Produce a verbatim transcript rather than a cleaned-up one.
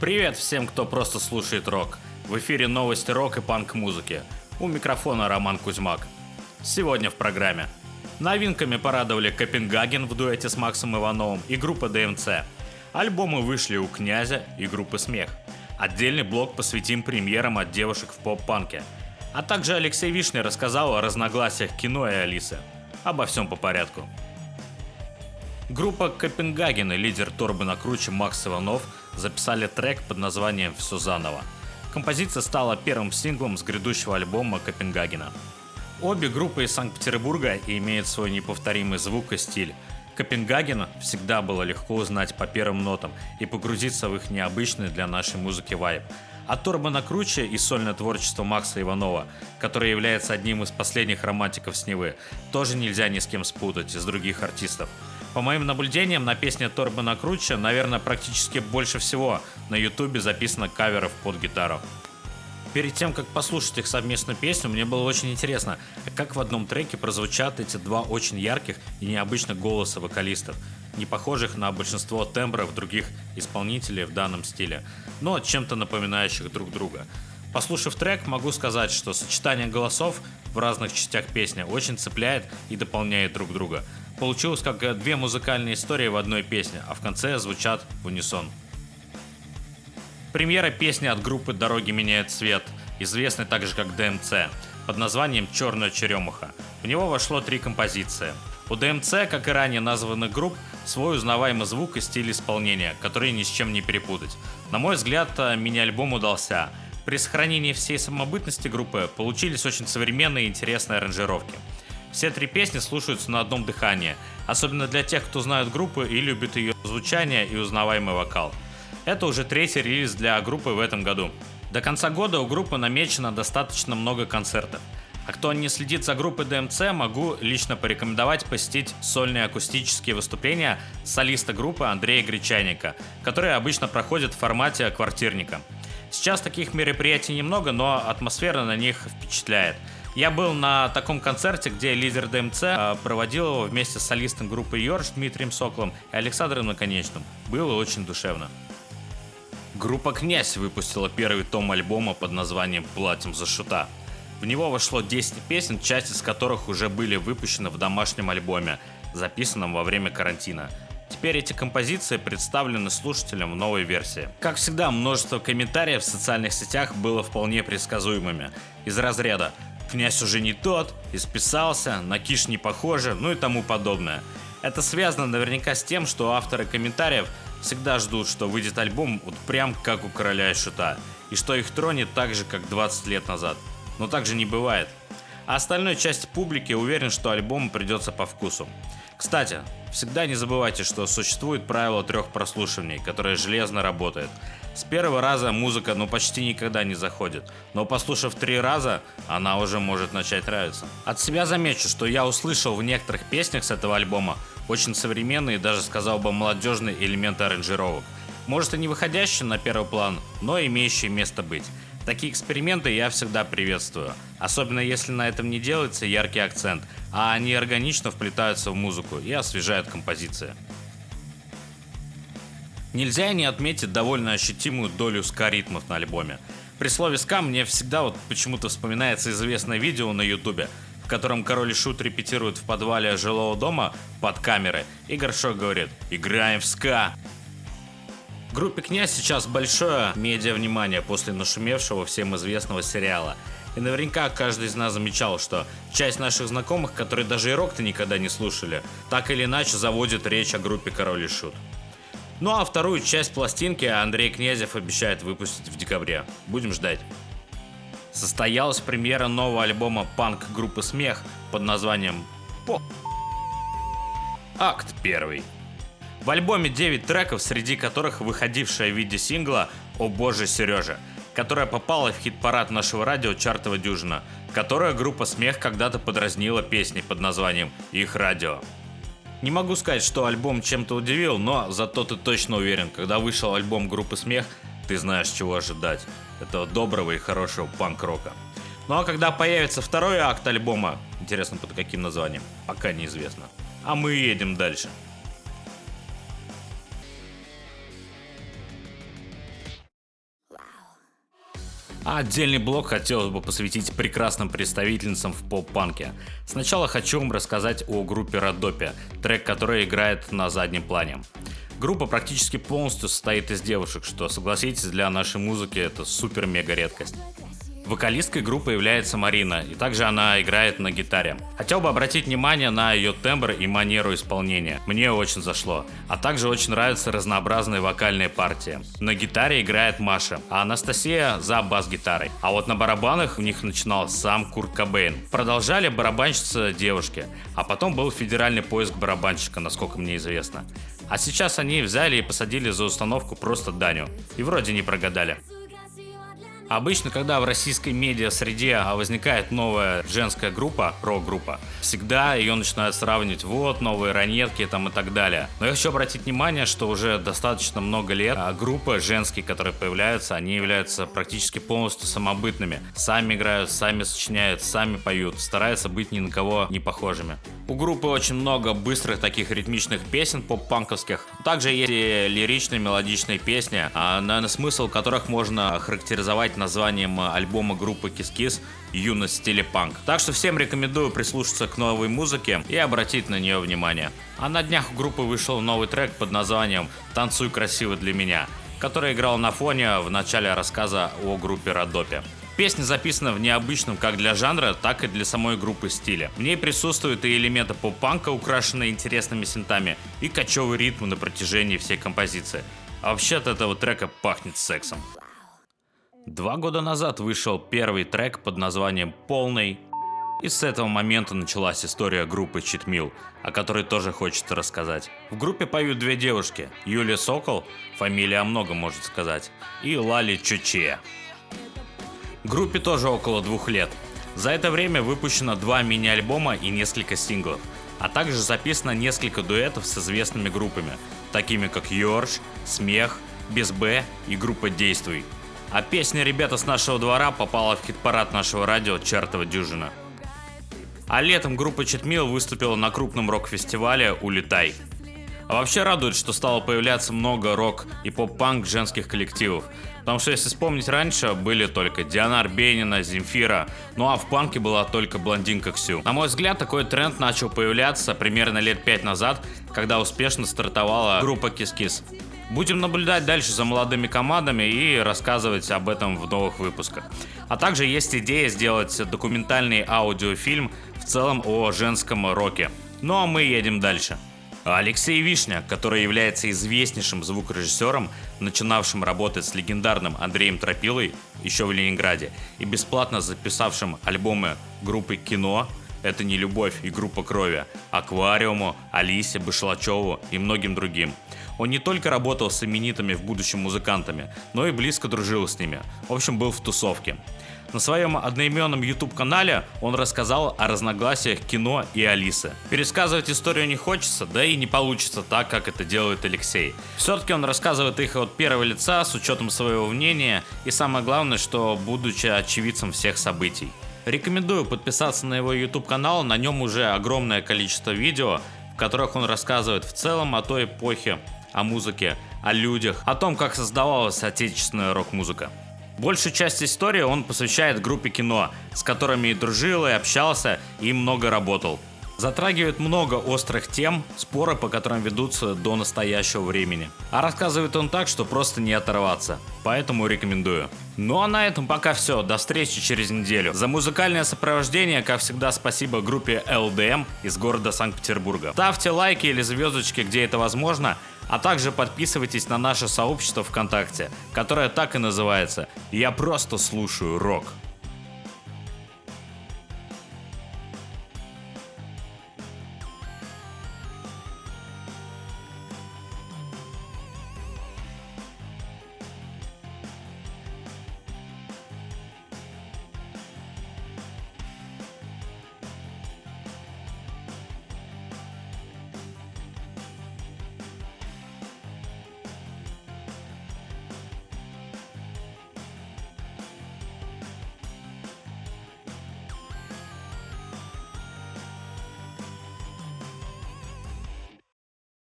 Привет всем, кто просто слушает рок. В эфире новости рок и панк-музыки. У микрофона Роман Кузьмак. Сегодня в программе. Новинками порадовали Копенгаген в дуэте с Максом Ивановым и группа ДМЦ. Альбомы вышли у Князя и группы Смех. Отдельный блок посвятим премьерам от девушек в поп-панке. А также Алексей Вишня рассказал о разногласиях кино и Алисы. Обо всем по порядку. Группа Копенгаген и лидер Торбена Круче Макс Иванов записали трек под названием «Все заново». Композиция стала первым синглом с грядущего альбома Копенгагена. Обе группы из Санкт-Петербурга и имеют свой неповторимый звук и стиль. Копенгаген всегда было легко узнать по первым нотам и погрузиться в их необычный для нашей музыки вайб. А Торбена Круче и сольное творчество Макса Иванова, который является одним из последних романтиков с Невы, тоже нельзя ни с кем спутать из других артистов. По моим наблюдениям, на песне Торбена Круче, наверное, практически больше всего на ютубе записано каверов под гитару. Перед тем, как послушать их совместную песню, мне было очень интересно, как в одном треке прозвучат эти два очень ярких и необычных голоса вокалистов, не похожих на большинство тембров других исполнителей в данном стиле, но чем-то напоминающих друг друга. Послушав трек, могу сказать, что сочетание голосов в разных частях песни очень цепляет и дополняет друг друга. Получилось как две музыкальные истории в одной песне, а в конце звучат в унисон. Премьера песни от группы «Дороги меняют цвет», известной также как ДМЦ, под названием «Черная черемуха». В него вошло три композиции. У ДМЦ, как и ранее названных групп, свой узнаваемый звук и стиль исполнения, который ни с чем не перепутать. На мой взгляд, мини-альбом удался. При сохранении всей самобытности группы получились очень современные и интересные аранжировки. Все три песни слушаются на одном дыхании, особенно для тех, кто знает группу и любит ее звучание и узнаваемый вокал. Это уже третий релиз для группы в этом году. До конца года у группы намечено достаточно много концертов. А кто не следит за группой ДМЦ, могу лично порекомендовать посетить сольные акустические выступления солиста группы Андрея Гречаника, которые обычно проходят в формате квартирника. Сейчас таких мероприятий немного, но атмосфера на них впечатляет. Я был на таком концерте, где лидер ДМЦ проводил его вместе с солистом группы Йорш Дмитрием Соколом и Александром Наконечным. Было очень душевно. Группа «Князь» выпустила первый том альбома под названием «Платим за шута». В него вошло десять песен, часть из которых уже были выпущены в домашнем альбоме, записанном во время карантина. Теперь эти композиции представлены слушателям в новой версии. Как всегда, множество комментариев в социальных сетях было вполне предсказуемыми. Из разряда «Князь уже не тот», «Исписался», «На киш не похоже», ну и тому подобное. Это связано наверняка с тем, что авторы комментариев всегда ждут, что выйдет альбом вот прям как у Короля и Шута, и что их тронет так же, как двадцать лет назад. Но так же не бывает. А остальной части публики уверен, что альбому придется по вкусу. Кстати, всегда не забывайте, что существует правило трех прослушиваний, которое железно работает. С первого раза музыка ну почти никогда не заходит, но послушав три раза, она уже может начать нравиться. От себя замечу, что я услышал в некоторых песнях с этого альбома очень современные, даже сказал бы молодежные элементы аранжировок. Может и не выходящие на первый план, но имеющие место быть. Такие эксперименты я всегда приветствую, особенно если на этом не делается яркий акцент, а они органично вплетаются в музыку и освежают композиции. Нельзя не отметить довольно ощутимую долю ска-ритмов на альбоме. При слове «ска» мне всегда вот почему-то вспоминается известное видео на ютубе, в котором Король и Шут репетируют в подвале жилого дома под камерой, и Горшок говорит «Играем в ска!». Группе «Князь» сейчас большое медиа-внимание после нашумевшего всем известного сериала. И наверняка каждый из нас замечал, что часть наших знакомых, которые даже и рок-то никогда не слушали, так или иначе заводит речь о группе «Король и Шут». Ну а вторую часть пластинки Андрей Князев обещает выпустить в декабре. Будем ждать. Состоялась премьера нового альбома панк-группы «Смех» под названием «По». Акт первый. В альбоме девять треков, среди которых выходившая в виде сингла «О боже, Сережа», которая попала в хит-парад нашего радио «Чартова дюжина», которую группа «Смех» когда-то подразнила песней под названием «Их радио». Не могу сказать, что альбом чем-то удивил, но зато ты точно уверен, когда вышел альбом группы «Смех», ты знаешь, чего ожидать. Этого доброго и хорошего панк-рока. Ну а когда появится второй акт альбома, интересно под каким названием, пока неизвестно. А мы едем дальше. А отдельный блок хотелось бы посвятить прекрасным представительницам в поп-панке. Сначала хочу вам рассказать о группе Родопе, трек которой играет на заднем плане. Группа практически полностью состоит из девушек, что, согласитесь, для нашей музыки это супер-мега редкость. Вокалисткой группы является Марина, и также она играет на гитаре. Хотел бы обратить внимание на ее тембр и манеру исполнения. Мне очень зашло. А также очень нравятся разнообразные вокальные партии. На гитаре играет Маша, а Анастасия за бас-гитарой. А вот на барабанах у них начинал сам Курт Кобейн. Продолжали барабанщица девушки, а потом был федеральный поиск барабанщика, насколько мне известно. А сейчас они взяли и посадили за установку просто Даню. И вроде не прогадали. Обычно, когда в российской медиа-среде возникает новая женская группа, рок-группа, всегда ее начинают сравнивать, вот, новые ранетки там и так далее. Но я хочу обратить внимание, что уже достаточно много лет а группы женские, которые появляются, они являются практически полностью самобытными. Сами играют, сами сочиняют, сами поют, стараются быть ни на кого не похожими. У группы очень много быстрых таких ритмичных песен поп-панковских. Также есть и лиричные мелодичные песни, а, наверное, смысл которых можно характеризовать названием альбома группы Kiss Kiss «Юность в стиле панк». Так что всем рекомендую прислушаться к новой музыке и обратить на нее внимание. А на днях у группы вышел новый трек под названием «Танцуй красиво для меня», который играл на фоне в начале рассказа о группе Родопе. Песня записана в необычном как для жанра, так и для самой группы стиле. В ней присутствуют и элементы поп-панка, украшенные интересными синтами, и кочевый ритм на протяжении всей композиции. А вообще от этого трека пахнет сексом. Два года назад вышел первый трек под названием «Полный». И с этого момента началась история группы Cheat Mill, о которой тоже хочется рассказать. В группе поют две девушки: Юлия Сокол, фамилия о многом может сказать, и Лали Чуче. Группе тоже около двух лет. За это время выпущено два мини-альбома и несколько синглов, а также записано несколько дуэтов с известными группами, такими как Йорш, Смех, Без Б и группа Действуй. А песня «Ребята с нашего двора» попала в хит-парад нашего радио «Чертова дюжина». А летом группа Cheat Mill выступила на крупном рок-фестивале «Улетай». А вообще радует, что стало появляться много рок и поп-панк женских коллективов. Потому что, если вспомнить, раньше были только Диана Арбенина, Земфира, ну а в панке была только блондинка Ксю. На мой взгляд, такой тренд начал появляться примерно лет пять назад, когда успешно стартовала группа Kiss Kiss. Будем наблюдать дальше за молодыми командами и рассказывать об этом в новых выпусках. А также есть идея сделать документальный аудиофильм в целом о женском роке. Ну а мы едем дальше. Алексей Вишня, который является известнейшим звукорежиссером, начинавшим работать с легендарным Андреем Тропилой еще в Ленинграде и бесплатно записавшим альбомы группы «Кино», «Это не любовь» и группа «Крови», «Аквариуму», Алисе, Башлачеву и многим другим. Он не только работал с именитыми в будущем музыкантами, но и близко дружил с ними. В общем, был в тусовке. На своем одноименном YouTube-канале он рассказал о разногласиях Кино и Алисы. Пересказывать историю не хочется, да и не получится так, как это делает Алексей. Все-таки он рассказывает их от первого лица, с учетом своего мнения, и самое главное, что будучи очевидцем всех событий. Рекомендую подписаться на его YouTube-канал, на нем уже огромное количество видео, в которых он рассказывает в целом о той эпохе, о музыке, о людях, о том, как создавалась отечественная рок-музыка. Большую часть истории он посвящает группе «Кино», с которыми и дружил, и общался, и много работал. Затрагивает много острых тем, споры по которым ведутся до настоящего времени. А рассказывает он так, что просто не оторваться. Поэтому рекомендую. Ну а на этом пока все. До встречи через неделю. За музыкальное сопровождение, как всегда, спасибо группе эл дэ эм из города Санкт-Петербурга. Ставьте лайки или звездочки, где это возможно. А также подписывайтесь на наше сообщество ВКонтакте, которое так и называется «Я просто слушаю рок».